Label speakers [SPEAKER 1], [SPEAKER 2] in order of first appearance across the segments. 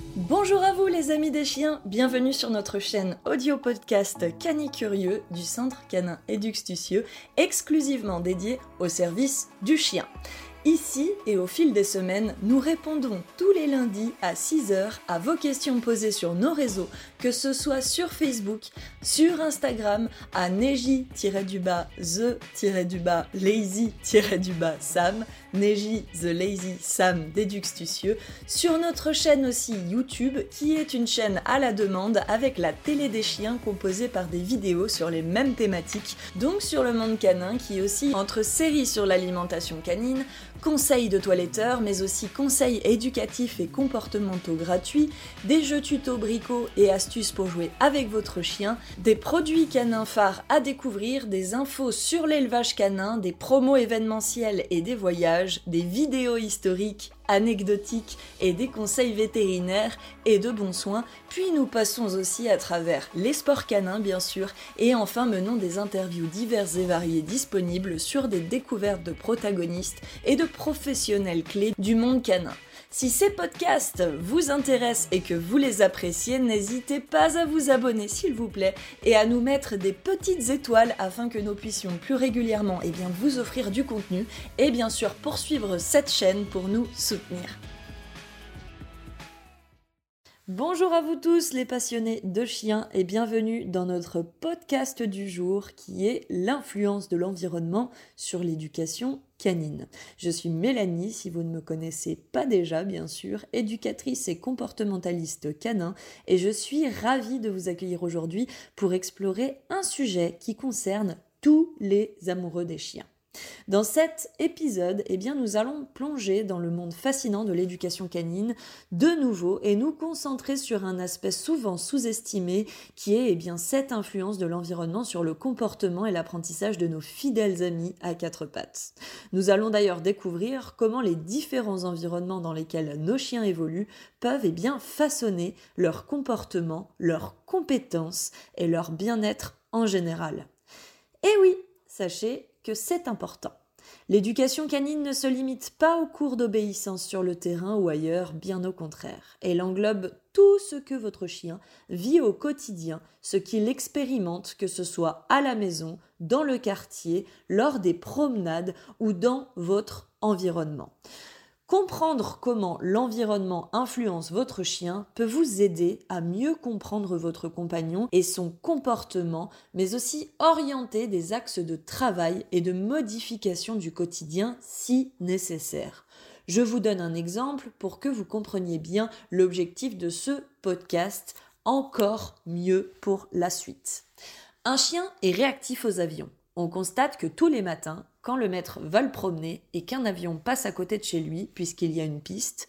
[SPEAKER 1] Bonjour à vous les amis des chiens, bienvenue sur notre chaîne audio podcast Canicurieux du Centre Canin Éduxtucieux, exclusivement dédié au service du chien. Ici et au fil des semaines, nous répondons tous les lundis à 6h à vos questions posées sur nos réseaux, que ce soit sur Facebook, sur Instagram, à Neji-the-lazy-sam, Neji the Lazy Sam d'Éduxtucieux, sur notre chaîne aussi YouTube, qui est une chaîne à la demande avec la télé des chiens composée par des vidéos sur les mêmes thématiques, donc sur le monde canin qui oscille entre séries sur l'alimentation canine, conseils de toiletteurs, mais aussi conseils éducatifs et comportementaux gratuits, des jeux tutos bricots et astuces pour jouer avec votre chien, des produits canins phares à découvrir, des infos sur l'élevage canin, des promos événementiels et des voyages, des vidéos historiques, anecdotiques et des conseils vétérinaires et de bons soins, puis nous passons aussi à travers les sports canins bien sûr, et enfin menons des interviews diverses et variées disponibles sur des découvertes de protagonistes et de professionnels clés du monde canin. Si ces podcasts vous intéressent et que vous les appréciez, n'hésitez pas à vous abonner s'il vous plaît et à nous mettre des petites étoiles afin que nous puissions plus régulièrement vous offrir du contenu et bien sûr poursuivre cette chaîne pour nous soutenir. Bonjour à vous tous les passionnés de chiens et bienvenue dans notre podcast du jour qui est l'influence de l'environnement sur l'éducation canine. Je suis Mélanie, si vous ne me connaissez pas déjà bien sûr, éducatrice et comportementaliste canin et je suis ravie de vous accueillir aujourd'hui pour explorer un sujet qui concerne tous les amoureux des chiens. Dans cet épisode, nous allons plonger dans le monde fascinant de l'éducation canine de nouveau et nous concentrer sur un aspect souvent sous-estimé qui est cette influence de l'environnement sur le comportement et l'apprentissage de nos fidèles amis à quatre pattes. Nous allons d'ailleurs découvrir comment les différents environnements dans lesquels nos chiens évoluent peuvent façonner leur comportement, leurs compétences et leur bien-être en général. Et oui, sachez que c'est important. L'éducation canine ne se limite pas aux cours d'obéissance sur le terrain ou ailleurs, bien au contraire. Elle englobe tout ce que votre chien vit au quotidien, ce qu'il expérimente, que ce soit à la maison, dans le quartier, lors des promenades ou dans votre environnement. Comprendre comment l'environnement influence votre chien peut vous aider à mieux comprendre votre compagnon et son comportement, mais aussi orienter des axes de travail et de modification du quotidien si nécessaire. Je vous donne un exemple pour que vous compreniez bien l'objectif de ce podcast encore mieux pour la suite. Un chien est réactif aux avions. On constate que tous les matins, quand le maître va le promener et qu'un avion passe à côté de chez lui, puisqu'il y a une piste,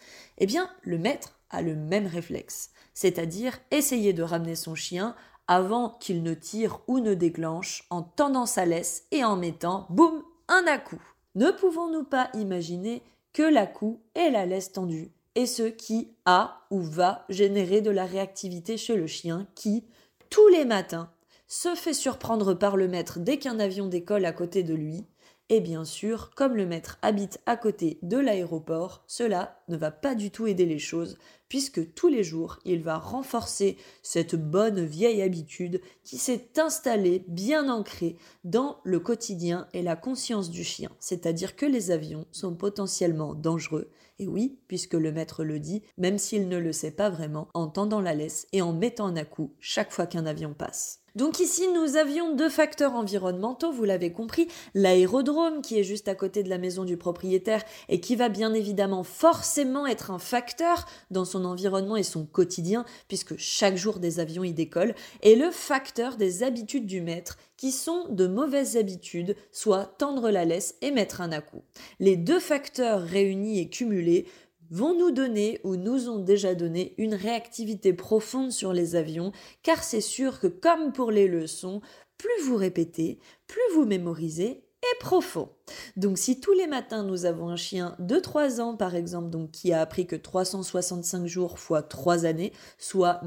[SPEAKER 1] le maître a le même réflexe, c'est-à-dire essayer de ramener son chien avant qu'il ne tire ou ne déclenche en tendant sa laisse et en mettant, boum, un à-coup. Ne pouvons-nous pas imaginer que l'à-coup est la laisse tendue et ce qui a ou va générer de la réactivité chez le chien qui, tous les matins, se fait surprendre par le maître dès qu'un avion décolle à côté de lui. Et bien sûr, comme le maître habite à côté de l'aéroport, cela ne va pas du tout aider les choses, puisque tous les jours, il va renforcer cette bonne vieille habitude qui s'est installée, bien ancrée dans le quotidien et la conscience du chien. C'est-à-dire que les avions sont potentiellement dangereux. Et oui, puisque le maître le dit, même s'il ne le sait pas vraiment, en tendant la laisse et en mettant un à-coup chaque fois qu'un avion passe. Donc ici, nous avions deux facteurs environnementaux, vous l'avez compris, l'aérodrome qui est juste à côté de la maison du propriétaire et qui va bien évidemment forcément être un facteur dans son environnement et son quotidien puisque chaque jour des avions y décollent, et le facteur des habitudes du maître qui sont de mauvaises habitudes, soit tendre la laisse et mettre un à-coup. Les deux facteurs réunis et cumulés vont nous donner ou nous ont déjà donné une réactivité profonde sur les avions, car c'est sûr que comme pour les leçons, plus vous répétez, plus vous mémorisez et profond. Donc si tous les matins nous avons un chien de 3 ans par exemple, donc qui a appris que 365 jours fois 3 années, soit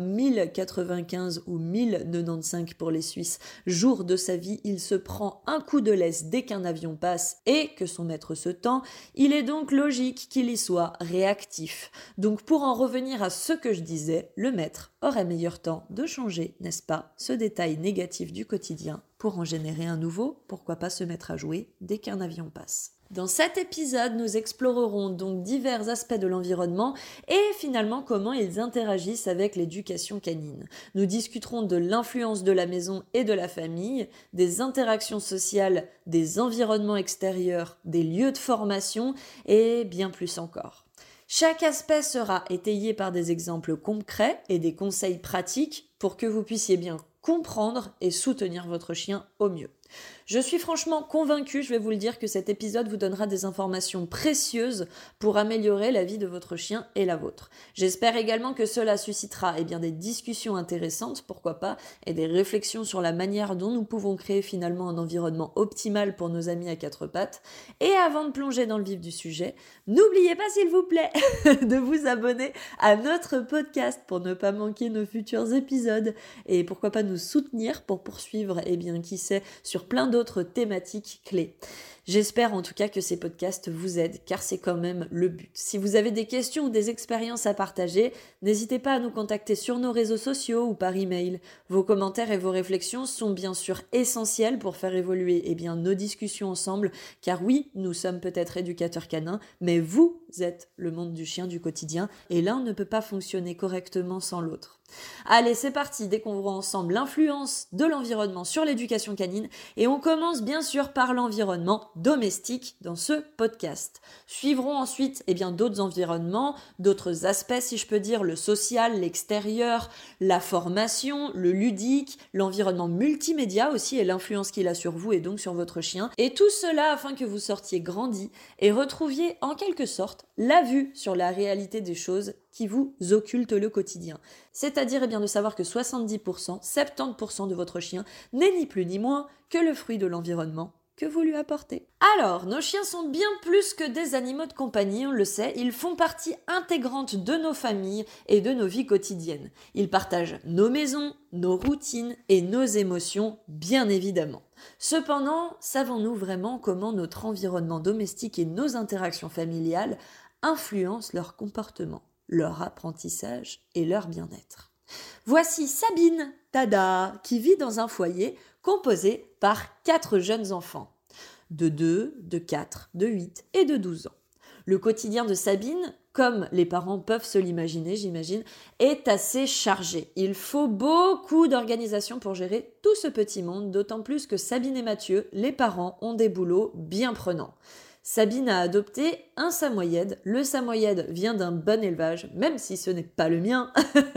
[SPEAKER 1] 1095 ou 1095 pour les Suisses, jours de sa vie, il se prend un coup de laisse dès qu'un avion passe et que son maître se tend, il est donc logique qu'il y soit réactif. Donc pour en revenir à ce que je disais, le maître aurait meilleur temps de changer, n'est-ce pas, ce détail négatif du quotidien pour en générer un nouveau, pourquoi pas se mettre à jouer dès qu'un avion passe. Dans cet épisode, nous explorerons donc divers aspects de l'environnement et finalement comment ils interagissent avec l'éducation canine. Nous discuterons de l'influence de la maison et de la famille, des interactions sociales, des environnements extérieurs, des lieux de formation et bien plus encore. Chaque aspect sera étayé par des exemples concrets et des conseils pratiques pour que vous puissiez bien comprendre et soutenir votre chien au mieux. Je suis franchement convaincue, je vais vous le dire, que cet épisode vous donnera des informations précieuses pour améliorer la vie de votre chien et la vôtre. J'espère également que cela suscitera des discussions intéressantes, pourquoi pas, et des réflexions sur la manière dont nous pouvons créer finalement un environnement optimal pour nos amis à quatre pattes. Et avant de plonger dans le vif du sujet, n'oubliez pas s'il vous plaît de vous abonner à notre podcast pour ne pas manquer nos futurs épisodes et pourquoi pas nous soutenir pour poursuivre, qui sait, sur plein d'autres thématiques clés. J'espère en tout cas que ces podcasts vous aident, car c'est quand même le but. Si vous avez des questions ou des expériences à partager, n'hésitez pas à nous contacter sur nos réseaux sociaux ou par email. Vos commentaires et vos réflexions sont bien sûr essentiels pour faire évoluer nos discussions ensemble, car oui, nous sommes peut-être éducateurs canins, mais vous êtes le monde du chien du quotidien, et l'un ne peut pas fonctionner correctement sans l'autre. Allez, c'est parti, découvrons ensemble l'influence de l'environnement sur l'éducation canine, et on commence bien sûr par l'environnement domestique dans ce podcast. Suivront ensuite d'autres environnements, d'autres aspects si je peux dire, le social, l'extérieur, la formation, le ludique, l'environnement multimédia aussi et l'influence qu'il a sur vous et donc sur votre chien. Et tout cela afin que vous sortiez grandi et retrouviez en quelque sorte la vue sur la réalité des choses qui vous occulte le quotidien. C'est-à-dire de savoir que 70%, 70% de votre chien n'est ni plus ni moins que le fruit de l'environnement que vous lui apportez. Alors, nos chiens sont bien plus que des animaux de compagnie, on le sait, ils font partie intégrante de nos familles et de nos vies quotidiennes. Ils partagent nos maisons, nos routines et nos émotions, bien évidemment. Cependant, savons-nous vraiment comment notre environnement domestique et nos interactions familiales influencent leur comportement, leur apprentissage et leur bien-être? Voici Sabine, tada, qui vit dans un foyer composé par 4 jeunes enfants, de 2, de 4, de 8 et de 12 ans. Le quotidien de Sabine, comme les parents peuvent se l'imaginer, j'imagine, est assez chargé. Il faut beaucoup d'organisation pour gérer tout ce petit monde, d'autant plus que Sabine et Mathieu, les parents, ont des boulots bien prenants. Sabine a adopté un samoyède. Le samoyède vient d'un bon élevage, même si ce n'est pas le mien.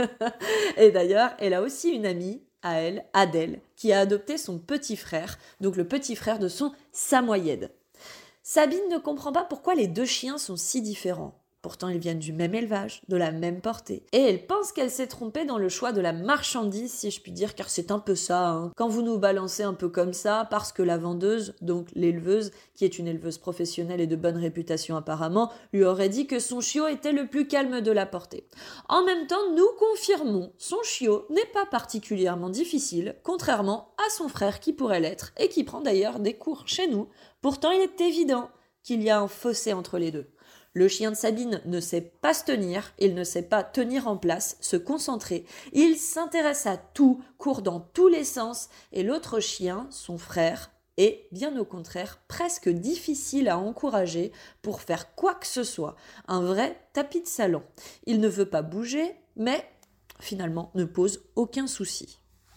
[SPEAKER 1] Et d'ailleurs, elle a aussi une amie, à elle, Adèle, qui a adopté son petit frère, donc le petit frère de son samoyède. Sabine ne comprend pas pourquoi les 2 chiens sont si différents. Pourtant, ils viennent du même élevage, de la même portée. Et elle pense qu'elle s'est trompée dans le choix de la marchandise, si je puis dire, car c'est un peu ça. Quand vous nous balancez un peu comme ça, parce que la vendeuse, donc l'éleveuse, qui est une éleveuse professionnelle et de bonne réputation apparemment, lui aurait dit que son chiot était le plus calme de la portée. En même temps, nous confirmons, son chiot n'est pas particulièrement difficile, contrairement à son frère qui pourrait l'être, et qui prend d'ailleurs des cours chez nous. Pourtant, il est évident qu'il y a un fossé entre les deux. Le chien de Sabine ne sait pas se tenir, il ne sait pas tenir en place, se concentrer. Il s'intéresse à tout, court dans tous les sens, et l'autre chien, son frère, est, bien au contraire, presque difficile à encourager pour faire quoi que ce soit. Un vrai tapis de salon. Il ne veut pas bouger, mais finalement ne pose aucun souci.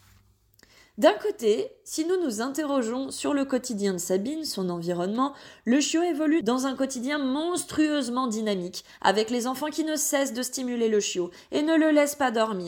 [SPEAKER 1] D'un côté, si nous nous interrogeons sur le quotidien de Sabine, son environnement, le chiot évolue dans un quotidien monstrueusement dynamique, avec les enfants qui ne cessent de stimuler le chiot et ne le laissent pas dormir.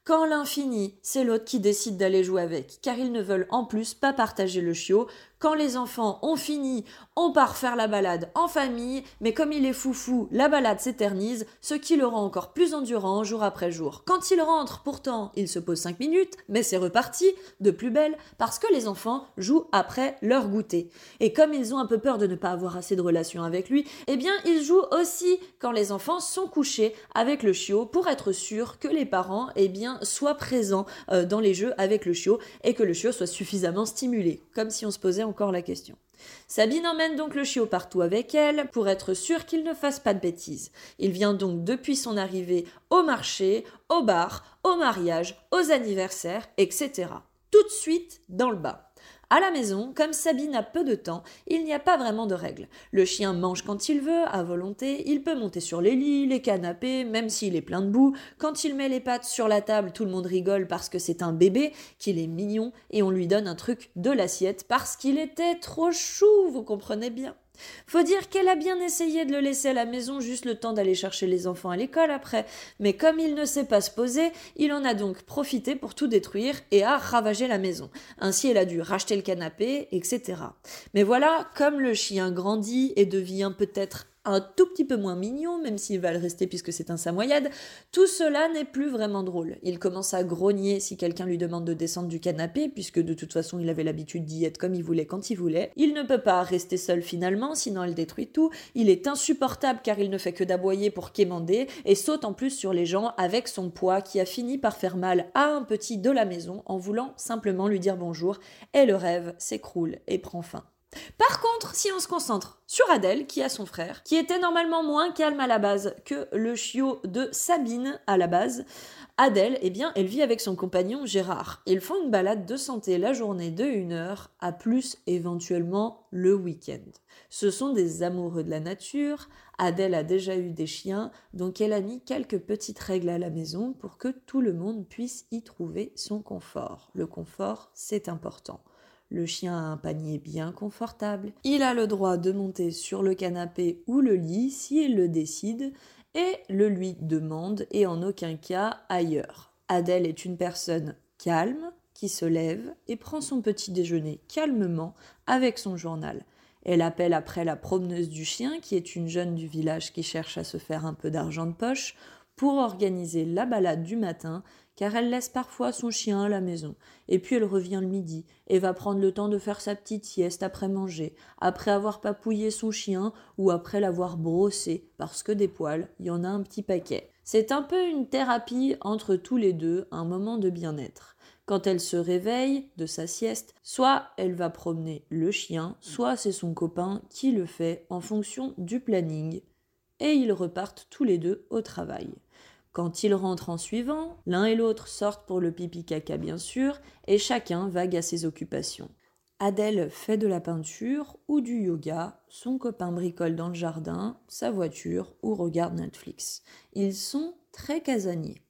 [SPEAKER 1] Quand l'un finit, c'est l'autre qui décide d'aller jouer avec, car ils ne veulent en plus pas partager le chiot. Quand les enfants ont fini, on part faire la balade en famille, mais comme il est foufou, la balade s'éternise, ce qui le rend encore plus endurant jour après jour. Quand il rentre, pourtant, il se pose 5 minutes, mais c'est reparti, de plus belle, parce que les enfants jouent après leur goûter. Et comme ils ont un peu peur de ne pas avoir assez de relations avec lui, eh bien, ils jouent aussi quand les enfants sont couchés avec le chiot pour être sûr que les parents, eh bien, soient présents dans les jeux avec le chiot et que le chiot soit suffisamment stimulé, comme si on se posait encore la question. Sabine emmène donc le chiot partout avec elle pour être sûre qu'il ne fasse pas de bêtises. Il vient donc depuis son arrivée au marché, au bar, au mariage, aux anniversaires, etc. Tout de suite dans le bas. À la maison, comme Sabine a peu de temps, il n'y a pas vraiment de règles. Le chien mange quand il veut, à volonté, il peut monter sur les lits, les canapés, même s'il est plein de boue. Quand il met les pattes sur la table, tout le monde rigole parce que c'est un bébé, qu'il est mignon, et on lui donne un truc de l'assiette parce qu'il était trop chou, vous comprenez bien. Faut dire qu'elle a bien essayé de le laisser à la maison juste le temps d'aller chercher les enfants à l'école après, mais comme il ne sait pas se poser, il en a donc profité pour tout détruire et a ravagé la maison. Ainsi, elle a dû racheter le canapé, etc. Mais voilà, comme le chien grandit et devient peut-être un tout petit peu moins mignon, même s'il va le rester puisque c'est un samoyède, tout cela n'est plus vraiment drôle. Il commence à grogner si quelqu'un lui demande de descendre du canapé, puisque de toute façon il avait l'habitude d'y être comme il voulait quand il voulait. Il ne peut pas rester seul finalement, sinon elle détruit tout. Il est insupportable car il ne fait que d'aboyer pour quémander et saute en plus sur les gens avec son poids qui a fini par faire mal à un petit de la maison en voulant simplement lui dire bonjour, et le rêve s'écroule et prend fin. Par contre, si on se concentre sur Adèle, qui a son frère, qui était normalement moins calme à la base que le chiot de Sabine à la base, Adèle, eh bien, elle vit avec son compagnon Gérard. Ils font une balade de santé la journée de 1 heure, à plus éventuellement le week-end. Ce sont des amoureux de la nature. Adèle a déjà eu des chiens, donc elle a mis quelques petites règles à la maison pour que tout le monde puisse y trouver son confort. Le confort, c'est important. Le chien a un panier bien confortable. Il a le droit de monter sur le canapé ou le lit s'il le décide et le lui demande et en aucun cas ailleurs. Adèle est une personne calme qui se lève et prend son petit déjeuner calmement avec son journal. Elle appelle après la promeneuse du chien, qui est une jeune du village qui cherche à se faire un peu d'argent de poche, pour organiser la balade du matin, car elle laisse parfois son chien à la maison. Et puis elle revient le midi et va prendre le temps de faire sa petite sieste après manger, après avoir papouillé son chien ou après l'avoir brossé, parce que des poils, il y en a un petit paquet. C'est un peu une thérapie entre tous les deux, un moment de bien-être. Quand elle se réveille de sa sieste, soit elle va promener le chien, soit c'est son copain qui le fait en fonction du planning. Et ils repartent tous les deux au travail. Quand ils rentrent en suivant, l'un et l'autre sortent pour le pipi-caca bien sûr, et chacun vague à ses occupations. Adèle fait de la peinture ou du yoga, son copain bricole dans le jardin, sa voiture ou regarde Netflix. Ils sont très casaniers.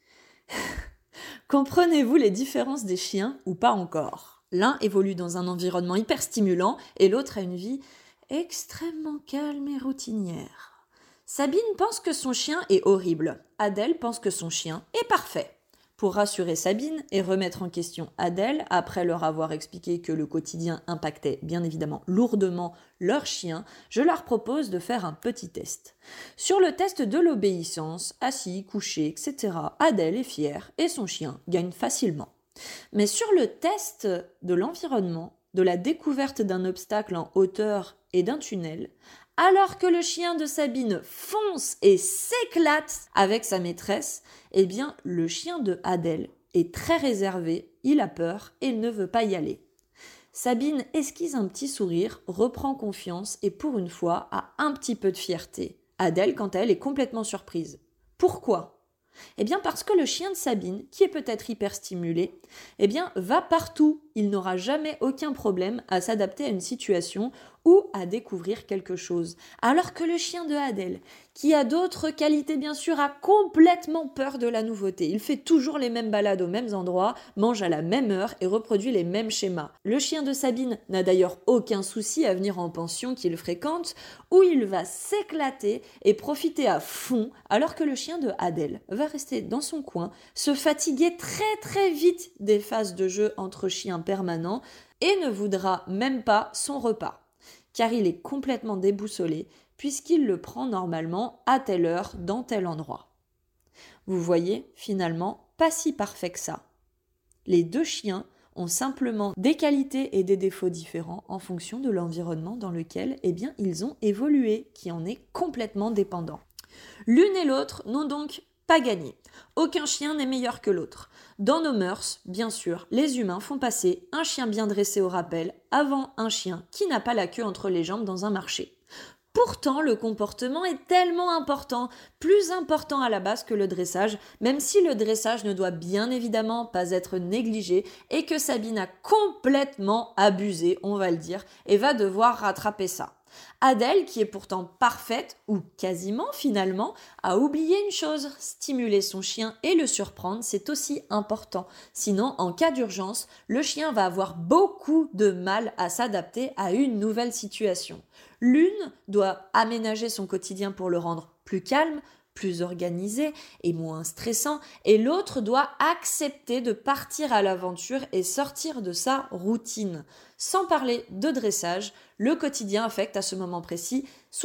[SPEAKER 1] Comprenez-vous les différences des chiens ou pas encore ? L'un évolue dans un environnement hyper stimulant et l'autre a une vie extrêmement calme et routinière. Sabine pense que son chien est horrible. Adèle pense que son chien est parfait. Pour rassurer Sabine et remettre en question Adèle, après leur avoir expliqué que le quotidien impactait bien évidemment lourdement leur chien, je leur propose de faire un petit test. Sur le test de l'obéissance, assis, couché, etc., Adèle est fière et son chien gagne facilement. Mais sur le test de l'environnement, de la découverte d'un obstacle en hauteur et d'un tunnel, alors que le chien de Sabine fonce et s'éclate avec sa maîtresse, eh bien, le chien de Adèle est très réservé, il a peur et il ne veut pas y aller. Sabine esquisse un petit sourire, reprend confiance et pour une fois a un petit peu de fierté. Adèle, quant à elle, est complètement surprise. Pourquoi ? Eh bien parce que le chien de Sabine, qui est peut-être hyper stimulé, eh bien va partout. Il n'aura jamais aucun problème à s'adapter à une situation ou à découvrir quelque chose. Alors que le chien de Adèle, qui a d'autres qualités bien sûr, a complètement peur de la nouveauté. Il fait toujours les mêmes balades aux mêmes endroits, mange à la même heure et reproduit les mêmes schémas. Le chien de Sabine n'a d'ailleurs aucun souci à venir en pension qu'il fréquente, où il va s'éclater et profiter à fond, alors que le chien de Adèle va rester dans son coin, se fatiguer très très vite des phases de jeu entre chiens permanents et ne voudra même pas son repas, car il est complètement déboussolé puisqu'il le prend normalement à telle heure dans tel endroit. Vous voyez, finalement, pas si parfait que ça. Les deux chiens ont simplement des qualités et des défauts différents en fonction de l'environnement dans lequel ils ont évolué, qui en est complètement dépendant. L'une et l'autre n'ont donc pas gagné. Aucun chien n'est meilleur que l'autre. Dans nos mœurs, bien sûr, les humains font passer un chien bien dressé au rappel avant un chien qui n'a pas la queue entre les jambes dans un marché. Pourtant, le comportement est tellement important, plus important à la base que le dressage, même si le dressage ne doit bien évidemment pas être négligé et que Sabine a complètement abusé, on va le dire, et va devoir rattraper ça. Adèle, qui est pourtant parfaite, ou quasiment finalement, a oublié une chose, stimuler son chien et le surprendre, c'est aussi important. Sinon, en cas d'urgence, le chien va avoir beaucoup de mal à s'adapter à une nouvelle situation. L'une doit aménager son quotidien pour le rendre plus calme, plus organisé et moins stressant, et l'autre doit accepter de partir à l'aventure et sortir de sa routine. Sans parler de dressage, le quotidien affecte à ce moment précis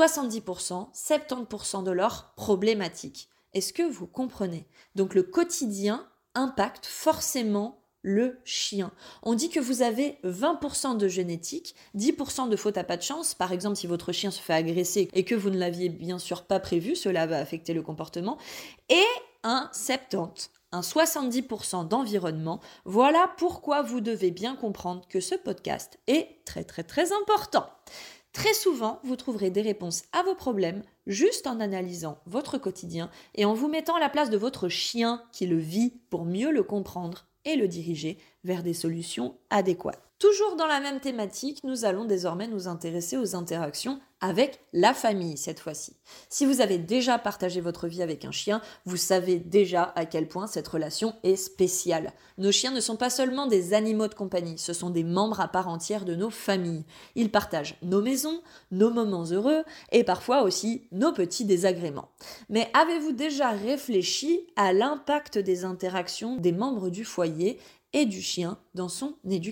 [SPEAKER 1] 70%, 70% de leurs problématiques. Est-ce que vous comprenez ? Donc le quotidien impacte forcément le chien. On dit que vous avez 20% de génétique, 10% de faute à pas de chance. Par exemple, si votre chien se fait agresser et que vous ne l'aviez bien sûr pas prévu, cela va affecter le comportement. Et un 70% d'environnement. Voilà pourquoi vous devez bien comprendre que ce podcast est très très très important. Très souvent, vous trouverez des réponses à vos problèmes juste en analysant votre quotidien et en vous mettant à la place de votre chien qui le vit pour mieux le comprendre et le diriger vers des solutions adéquates. Toujours dans la même thématique, nous allons désormais nous intéresser aux interactions avec la famille cette fois-ci. Si vous avez déjà partagé votre vie avec un chien, vous savez déjà à quel point cette relation est spéciale. Nos chiens ne sont pas seulement des animaux de compagnie, ce sont des membres à part entière de nos familles. Ils partagent nos maisons, nos moments heureux et parfois aussi nos petits désagréments. Mais avez-vous déjà réfléchi à l'impact des interactions des membres du foyer et du chien dans son éducation ?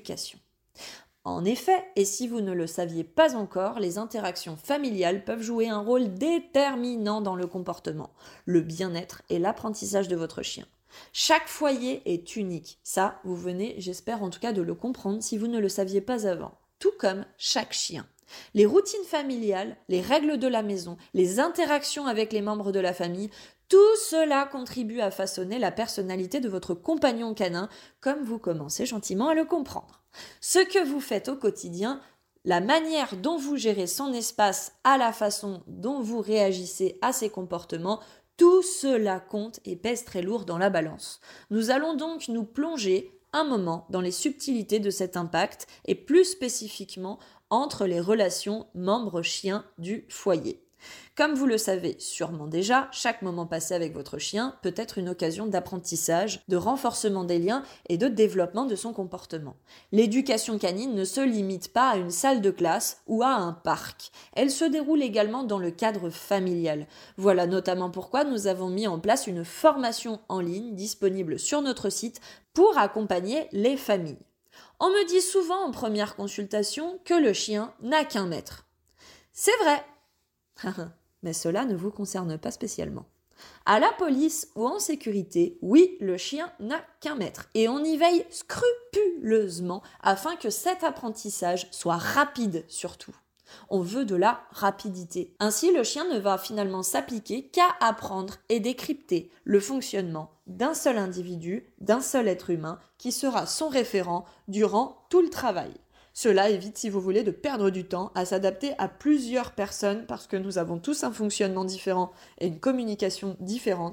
[SPEAKER 1] En effet, et si vous ne le saviez pas encore, les interactions familiales peuvent jouer un rôle déterminant dans le comportement, le bien-être et l'apprentissage de votre chien. Chaque foyer est unique. Ça, vous venez, j'espère en tout cas, de le comprendre si vous ne le saviez pas avant. Tout comme chaque chien. Les routines familiales, les règles de la maison, les interactions avec les membres de la famille, tout cela contribue à façonner la personnalité de votre compagnon canin, comme vous commencez gentiment à le comprendre. Ce que vous faites au quotidien, la manière dont vous gérez son espace, à la façon dont vous réagissez à ses comportements, tout cela compte et pèse très lourd dans la balance. Nous allons donc nous plonger un moment dans les subtilités de cet impact et plus spécifiquement entre les relations membres-chiens du foyer. Comme vous le savez sûrement déjà, chaque moment passé avec votre chien peut être une occasion d'apprentissage, de renforcement des liens et de développement de son comportement. L'éducation canine ne se limite pas à une salle de classe ou à un parc. Elle se déroule également dans le cadre familial. Voilà notamment pourquoi nous avons mis en place une formation en ligne disponible sur notre site pour accompagner les familles. On me dit souvent en première consultation que le chien n'a qu'un maître. C'est vrai. Mais cela ne vous concerne pas spécialement. À la police ou en sécurité, oui, le chien n'a qu'un maître et on y veille scrupuleusement afin que cet apprentissage soit rapide surtout. On veut de la rapidité. Ainsi, le chien ne va finalement s'appliquer qu'à apprendre et décrypter le fonctionnement d'un seul individu, d'un seul être humain qui sera son référent durant tout le travail. Cela évite, si vous voulez, de perdre du temps à s'adapter à plusieurs personnes parce que nous avons tous un fonctionnement différent et une communication différente.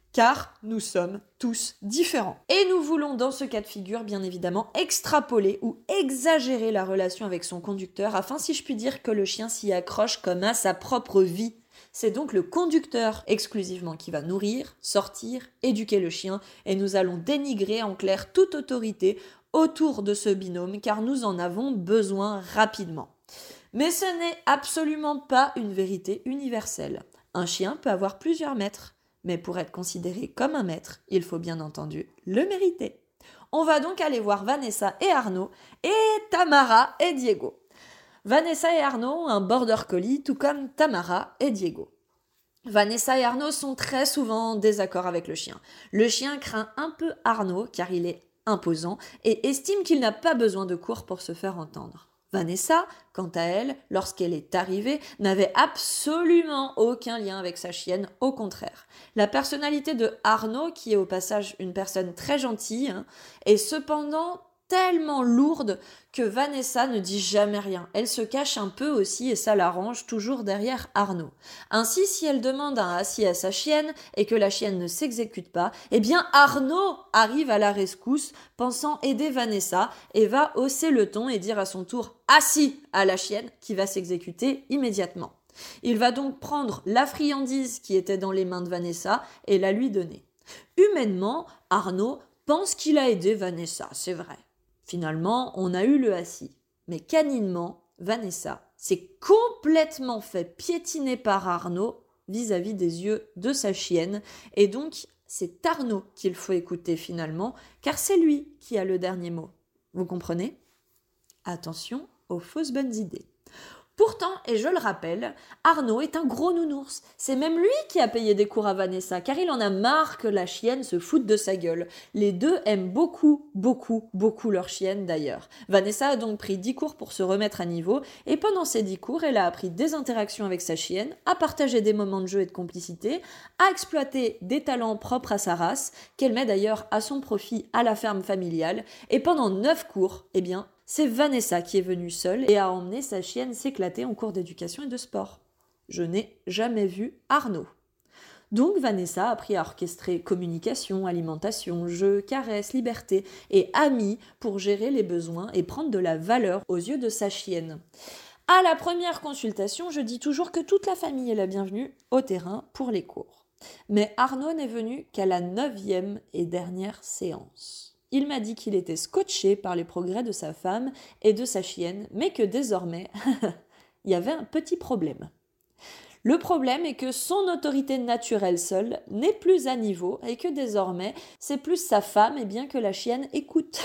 [SPEAKER 1] car nous sommes tous différents. Et nous voulons dans ce cas de figure, bien évidemment, extrapoler ou exagérer la relation avec son conducteur afin, si je puis dire, que le chien s'y accroche comme à sa propre vie. C'est donc le conducteur exclusivement qui va nourrir, sortir, éduquer le chien et nous allons dénigrer en clair toute autorité autour de ce binôme car nous en avons besoin rapidement. Mais ce n'est absolument pas une vérité universelle. Un chien peut avoir plusieurs maîtres. Mais pour être considéré comme un maître, il faut bien entendu le mériter. On va donc aller voir Vanessa et Arnaud et Tamara et Diego. Vanessa et Arnaud ont un border collie tout comme Tamara et Diego. Vanessa et Arnaud sont très souvent en désaccord avec le chien. Le chien craint un peu Arnaud car il est imposant et estime qu'il n'a pas besoin de cours pour se faire entendre. Vanessa, quant à elle, lorsqu'elle est arrivée, n'avait absolument aucun lien avec sa chienne, au contraire. La personnalité de Arnaud, qui est au passage une personne très gentille, est cependant tellement lourde que Vanessa ne dit jamais rien. Elle se cache un peu aussi et ça l'arrange toujours derrière Arnaud. Ainsi, si elle demande un assis à sa chienne et que la chienne ne s'exécute pas, eh bien Arnaud arrive à la rescousse pensant aider Vanessa et va hausser le ton et dire à son tour « assis » à la chienne qui va s'exécuter immédiatement. Il va donc prendre la friandise qui était dans les mains de Vanessa et la lui donner. Humainement, Arnaud pense qu'il a aidé Vanessa, c'est vrai. Finalement, on a eu le assis. Mais caninement, Vanessa s'est complètement fait piétiner par Arnaud vis-à-vis des yeux de sa chienne. Et donc, c'est Arnaud qu'il faut écouter finalement, car c'est lui qui a le dernier mot. Vous comprenez ? Attention aux fausses bonnes idées. Pourtant, et je le rappelle, Arnaud est un gros nounours. C'est même lui qui a payé des cours à Vanessa, car il en a marre que la chienne se foute de sa gueule. Les deux aiment beaucoup, beaucoup, beaucoup leur chienne d'ailleurs. Vanessa a donc pris 10 cours pour se remettre à niveau, et pendant ces 10 cours, elle a appris des interactions avec sa chienne, à partager des moments de jeu et de complicité, à exploiter des talents propres à sa race, qu'elle met d'ailleurs à son profit à la ferme familiale, et pendant 9 cours, eh bien, c'est Vanessa qui est venue seule et a emmené sa chienne s'éclater en cours d'éducation et de sport. Je n'ai jamais vu Arnaud. Donc Vanessa a appris à orchestrer communication, alimentation, jeu, caresses, liberté et amis pour gérer les besoins et prendre de la valeur aux yeux de sa chienne. À la première consultation, je dis toujours que toute la famille est la bienvenue au terrain pour les cours. Mais Arnaud n'est venu qu'à la 9e et dernière séance. Il m'a dit qu'il était scotché par les progrès de sa femme et de sa chienne, mais que désormais, il y avait un petit problème. Le problème est que son autorité naturelle seule n'est plus à niveau et que désormais, c'est plus sa femme et bien que la chienne écoute.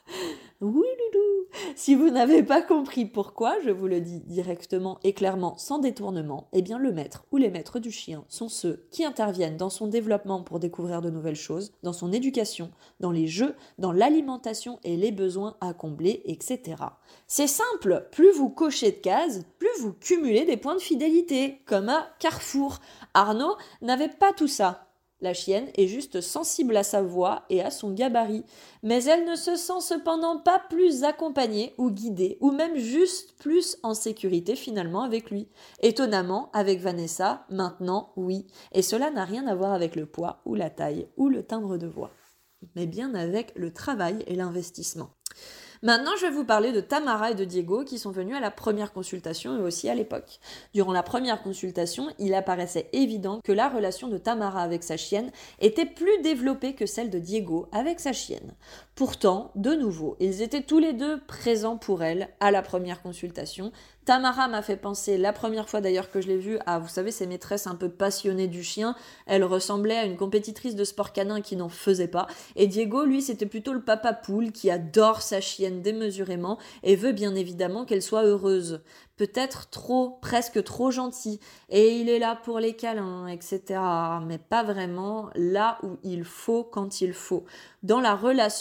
[SPEAKER 1] Oui, loulou. Si vous n'avez pas compris pourquoi, je vous le dis directement et clairement sans détournement, eh bien le maître ou les maîtres du chien sont ceux qui interviennent dans son développement pour découvrir de nouvelles choses, dans son éducation, dans les jeux, dans l'alimentation et les besoins à combler, etc. C'est simple, plus vous cochez de cases, plus vous cumulez des points de fidélité, comme à Carrefour. Arnaud n'avait pas tout ça. La chienne est juste sensible à sa voix et à son gabarit, mais elle ne se sent cependant pas plus accompagnée ou guidée, ou même juste plus en sécurité finalement avec lui. Étonnamment, avec Vanessa, maintenant, oui, et cela n'a rien à voir avec le poids ou la taille ou le timbre de voix, mais bien avec le travail et l'investissement. Maintenant, je vais vous parler de Tamara et de Diego qui sont venus à la première consultation et aussi à l'époque. Durant la première consultation, il apparaissait évident que la relation de Tamara avec sa chienne était plus développée que celle de Diego avec sa chienne. Pourtant, de nouveau, ils étaient tous les deux présents pour elle à la première consultation. Tamara m'a fait penser, la première fois d'ailleurs que je l'ai vue, à, vous savez, ces maîtresses un peu passionnées du chien. Elle ressemblait à une compétitrice de sport canin qui n'en faisait pas. Et Diego, lui, c'était plutôt le papa poule qui adore sa chienne démesurément et veut bien évidemment qu'elle soit heureuse. Peut-être trop, presque trop gentil. Et il est là pour les câlins, etc. Mais pas vraiment là où il faut, quand il faut. Dans la relation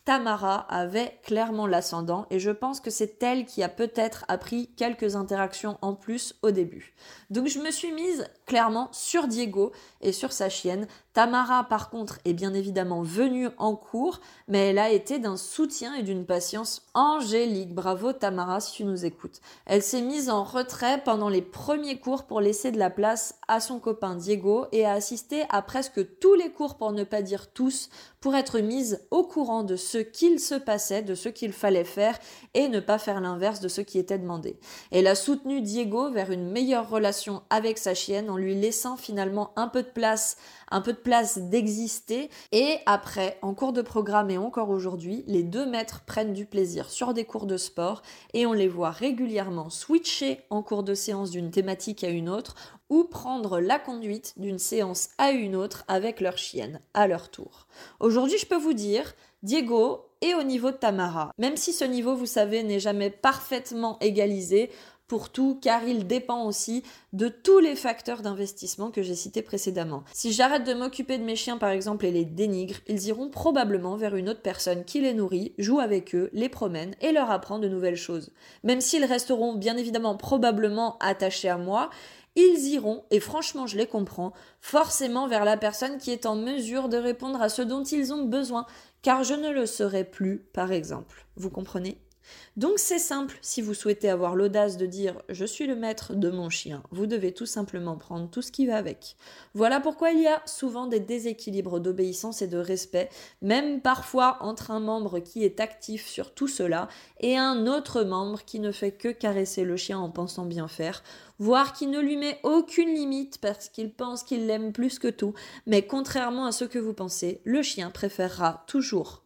[SPEAKER 1] Tamara avait clairement l'ascendant et je pense que c'est elle qui a peut-être appris quelques interactions en plus au début. Donc je me suis mise clairement sur Diego et sur sa chienne. Tamara par contre est bien évidemment venue en cours, mais elle a été d'un soutien et d'une patience angélique. Bravo Tamara si tu nous écoutes. Elle s'est mise en retrait pendant les premiers cours pour laisser de la place à son copain Diego et a assisté à presque tous les cours, pour ne pas dire tous, pour être mise au courant de ce qu'il se passait, de ce qu'il fallait faire et ne pas faire l'inverse de ce qui était demandé. Elle a soutenu Diego vers une meilleure relation avec sa chienne en lui laissant finalement un peu de place d'exister. Et après, en cours de programme et encore aujourd'hui, les deux maîtres prennent du plaisir sur des cours de sport et on les voit régulièrement switcher en cours de séance d'une thématique à une autre ou prendre la conduite d'une séance à une autre avec leur chienne à leur tour. Aujourd'hui, je peux vous dire, Diego est au niveau de Tamara, même si ce niveau, vous savez, n'est jamais parfaitement égalisé pour tout, car il dépend aussi de tous les facteurs d'investissement que j'ai cités précédemment. Si j'arrête de m'occuper de mes chiens par exemple et les dénigre, ils iront probablement vers une autre personne qui les nourrit, joue avec eux, les promène et leur apprend de nouvelles choses. Même s'ils resteront bien évidemment probablement attachés à moi, ils iront, et franchement je les comprends, forcément vers la personne qui est en mesure de répondre à ce dont ils ont besoin, car je ne le serai plus par exemple. Vous comprenez ? Donc c'est simple, si vous souhaitez avoir l'audace de dire « je suis le maître de mon chien », vous devez tout simplement prendre tout ce qui va avec. Voilà pourquoi il y a souvent des déséquilibres d'obéissance et de respect, même parfois entre un membre qui est actif sur tout cela et un autre membre qui ne fait que caresser le chien en pensant bien faire, voire qui ne lui met aucune limite parce qu'il pense qu'il l'aime plus que tout, mais contrairement à ce que vous pensez, le chien préférera toujours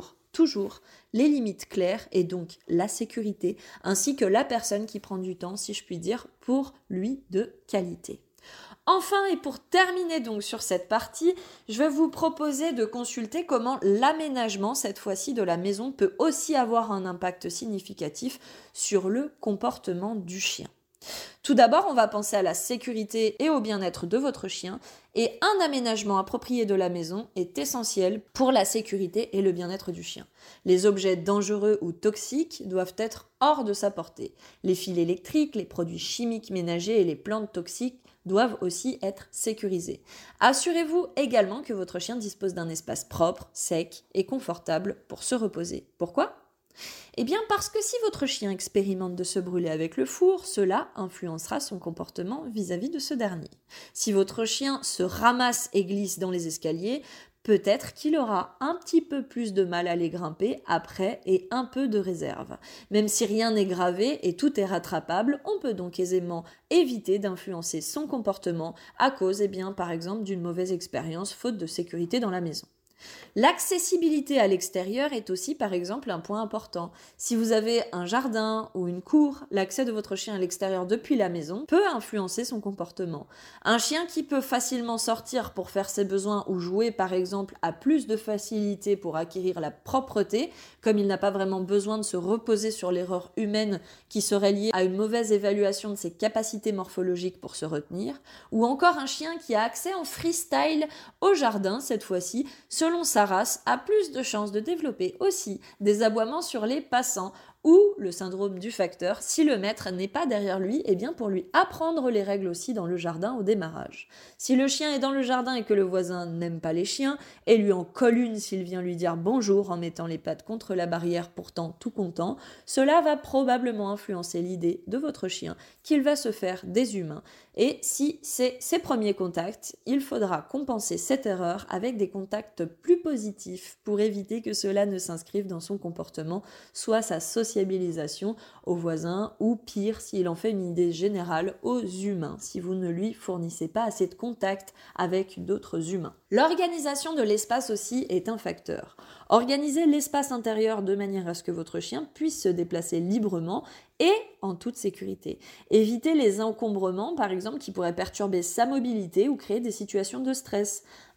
[SPEAKER 1] les limites claires et donc la sécurité, ainsi que la personne qui prend du temps, si je puis dire, pour lui de qualité. Enfin, et pour terminer donc sur cette partie, je vais vous proposer de consulter comment l'aménagement, cette fois-ci de la maison, peut aussi avoir un impact significatif sur le comportement du chien. Tout d'abord, on va penser à la sécurité et au bien-être de votre chien, et un aménagement approprié de la maison est essentiel pour la sécurité et le bien-être du chien. Les objets dangereux ou toxiques doivent être hors de sa portée. Les fils électriques, les produits chimiques ménagers et les plantes toxiques doivent aussi être sécurisés. Assurez-vous également que votre chien dispose d'un espace propre, sec et confortable pour se reposer. Pourquoi ? Eh bien parce que si votre chien expérimente de se brûler avec le four, cela influencera son comportement vis-à-vis de ce dernier. Si votre chien se ramasse et glisse dans les escaliers, peut-être qu'il aura un petit peu plus de mal à les grimper après et un peu de réserve. Même si rien n'est gravé et tout est rattrapable, on peut donc aisément éviter d'influencer son comportement à cause, par exemple, d'une mauvaise expérience faute de sécurité dans la maison. L'accessibilité à l'extérieur est aussi par exemple un point important. Si vous avez un jardin ou une cour, l'accès de votre chien à l'extérieur depuis la maison peut influencer son comportement. Un chien qui peut facilement sortir pour faire ses besoins ou jouer par exemple a plus de facilité pour acquérir la propreté, comme il n'a pas vraiment besoin de se reposer sur l'erreur humaine qui serait liée à une mauvaise évaluation de ses capacités morphologiques pour se retenir, ou encore un chien qui a accès en freestyle au jardin cette fois-ci, selon sa race, a plus de chances de développer aussi des aboiements sur les passants ou le syndrome du facteur si le maître n'est pas derrière lui, pour lui apprendre les règles aussi dans le jardin au démarrage. Si le chien est dans le jardin et que le voisin n'aime pas les chiens et lui en colle une s'il vient lui dire bonjour en mettant les pattes contre la barrière pourtant tout content, cela va probablement influencer l'idée de votre chien qu'il va se faire des humains. Et si c'est ses premiers contacts, il faudra compenser cette erreur avec des contacts plus positifs pour éviter que cela ne s'inscrive dans son comportement, soit sa sociabilisation aux voisins ou pire s'il en fait une idée générale aux humains, si vous ne lui fournissez pas assez de contact avec d'autres humains. L'organisation de l'espace aussi est un facteur. Organisez l'espace intérieur de manière à ce que votre chien puisse se déplacer librement et en toute sécurité. Évitez les encombrements, par exemple, qui pourraient perturber sa mobilité ou créer des situations de stress.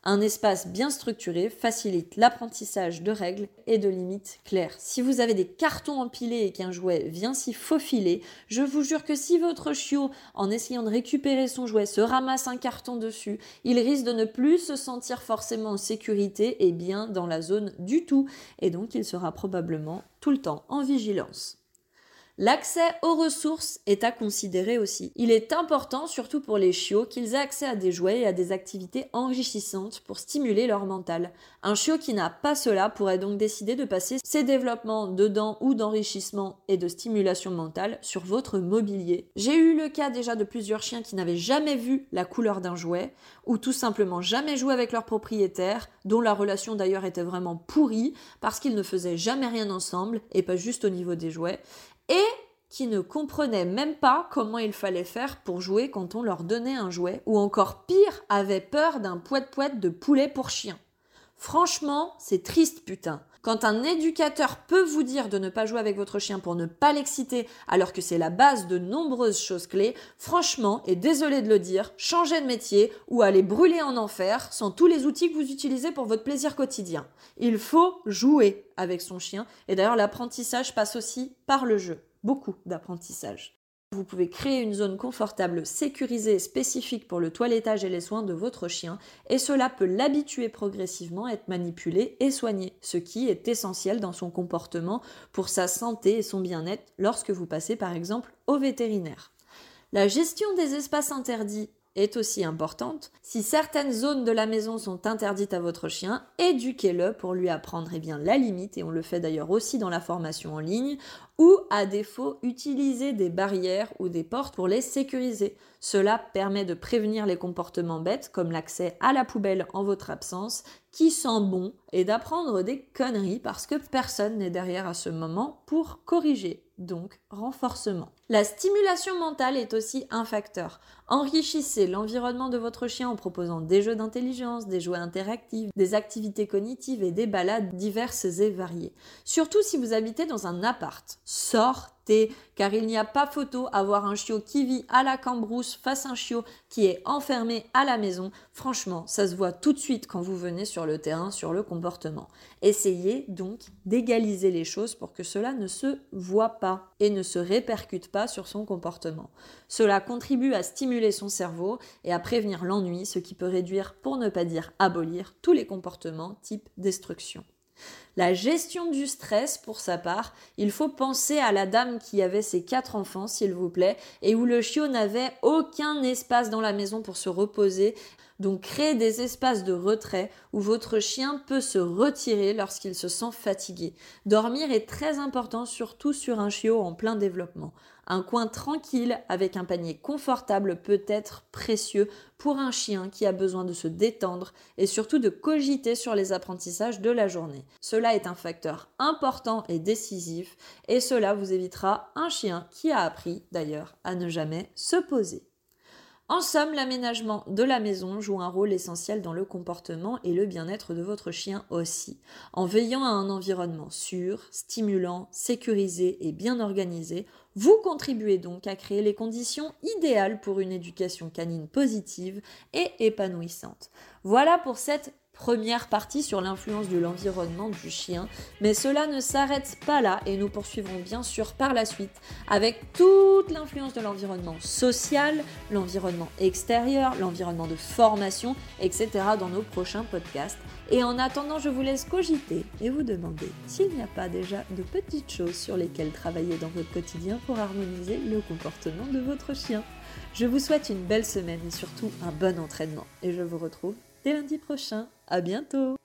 [SPEAKER 1] Un espace bien structuré facilite l'apprentissage de règles et de limites claires. Si vous avez des cartons empilés et qu'un jouet vient s'y faufiler, je vous jure que si votre chiot, en essayant de récupérer son jouet, se ramasse un carton dessus, il risque de ne plus se sentir forcément en sécurité et bien dans la zone du tout. Et donc, il sera probablement tout le temps en vigilance. L'accès aux ressources est à considérer aussi. Il est important, surtout pour les chiots, qu'ils aient accès à des jouets et à des activités enrichissantes pour stimuler leur mental. Un chiot qui n'a pas cela pourrait donc décider de passer ses développements de dents ou d'enrichissement et de stimulation mentale sur votre mobilier. J'ai eu le cas déjà de plusieurs chiens qui n'avaient jamais vu la couleur d'un jouet ou tout simplement jamais joué avec leur propriétaire, dont la relation d'ailleurs était vraiment pourrie parce qu'ils ne faisaient jamais rien ensemble et pas juste au niveau des jouets. Et qui ne comprenaient même pas comment il fallait faire pour jouer quand on leur donnait un jouet, ou encore pire, avaient peur d'un pouet-pouet de poulet pour chien. Franchement, c'est triste putain. Quand un éducateur peut vous dire de ne pas jouer avec votre chien pour ne pas l'exciter, alors que c'est la base de nombreuses choses clés, franchement, et désolé de le dire, changez de métier ou allez brûler en enfer sans tous les outils que vous utilisez pour votre plaisir quotidien. Il faut jouer avec son chien, et d'ailleurs l'apprentissage passe aussi par le jeu. Beaucoup d'apprentissage. Vous pouvez créer une zone confortable, sécurisée et spécifique pour le toilettage et les soins de votre chien, et cela peut l'habituer progressivement à être manipulé et soigné, ce qui est essentiel dans son comportement pour sa santé et son bien-être lorsque vous passez par exemple au vétérinaire. La gestion des espaces interdits est aussi importante. Si certaines zones de la maison sont interdites à votre chien, éduquez-le pour lui apprendre la limite, et on le fait d'ailleurs aussi dans la formation en ligne, ou à défaut, utilisez des barrières ou des portes pour les sécuriser. Cela permet de prévenir les comportements bêtes comme l'accès à la poubelle en votre absence, qui sent bon, et d'apprendre des conneries parce que personne n'est derrière à ce moment pour corriger. Donc, renforcement. La stimulation mentale est aussi un facteur. Enrichissez l'environnement de votre chien en proposant des jeux d'intelligence, des jouets interactifs, des activités cognitives et des balades diverses et variées. Surtout si vous habitez dans un appart. Sortez, car il n'y a pas photo à voir un chiot qui vit à la cambrousse face à un chiot qui est enfermé à la maison. Franchement, ça se voit tout de suite quand vous venez sur le terrain, sur le comportement. Essayez donc d'égaliser les choses pour que cela ne se voit pas et ne se répercute pas sur son comportement. Cela contribue à stimuler son cerveau et à prévenir l'ennui, ce qui peut réduire, pour ne pas dire abolir, tous les comportements type destruction. La gestion du stress, pour sa part, il faut penser à la dame qui avait ses 4 enfants, s'il vous plaît, et où le chiot n'avait aucun espace dans la maison pour se reposer. Donc créez des espaces de retrait où votre chien peut se retirer lorsqu'il se sent fatigué. Dormir est très important, surtout sur un chiot en plein développement. Un coin tranquille avec un panier confortable peut être précieux pour un chien qui a besoin de se détendre et surtout de cogiter sur les apprentissages de la journée. Cela est un facteur important et décisif, et cela vous évitera un chien qui a appris d'ailleurs à ne jamais se poser. En somme, l'aménagement de la maison joue un rôle essentiel dans le comportement et le bien-être de votre chien aussi. En veillant à un environnement sûr, stimulant, sécurisé et bien organisé, vous contribuez donc à créer les conditions idéales pour une éducation canine positive et épanouissante. Voilà pour cette première partie sur l'influence de l'environnement du chien, mais cela ne s'arrête pas là et nous poursuivrons bien sûr par la suite avec toute l'influence de l'environnement social, l'environnement extérieur, l'environnement de formation, etc. dans nos prochains podcasts. Et en attendant, je vous laisse cogiter et vous demander s'il n'y a pas déjà de petites choses sur lesquelles travailler dans votre quotidien pour harmoniser le comportement de votre chien. Je vous souhaite une belle semaine et surtout un bon entraînement. Et je vous retrouve dès lundi prochain. À bientôt!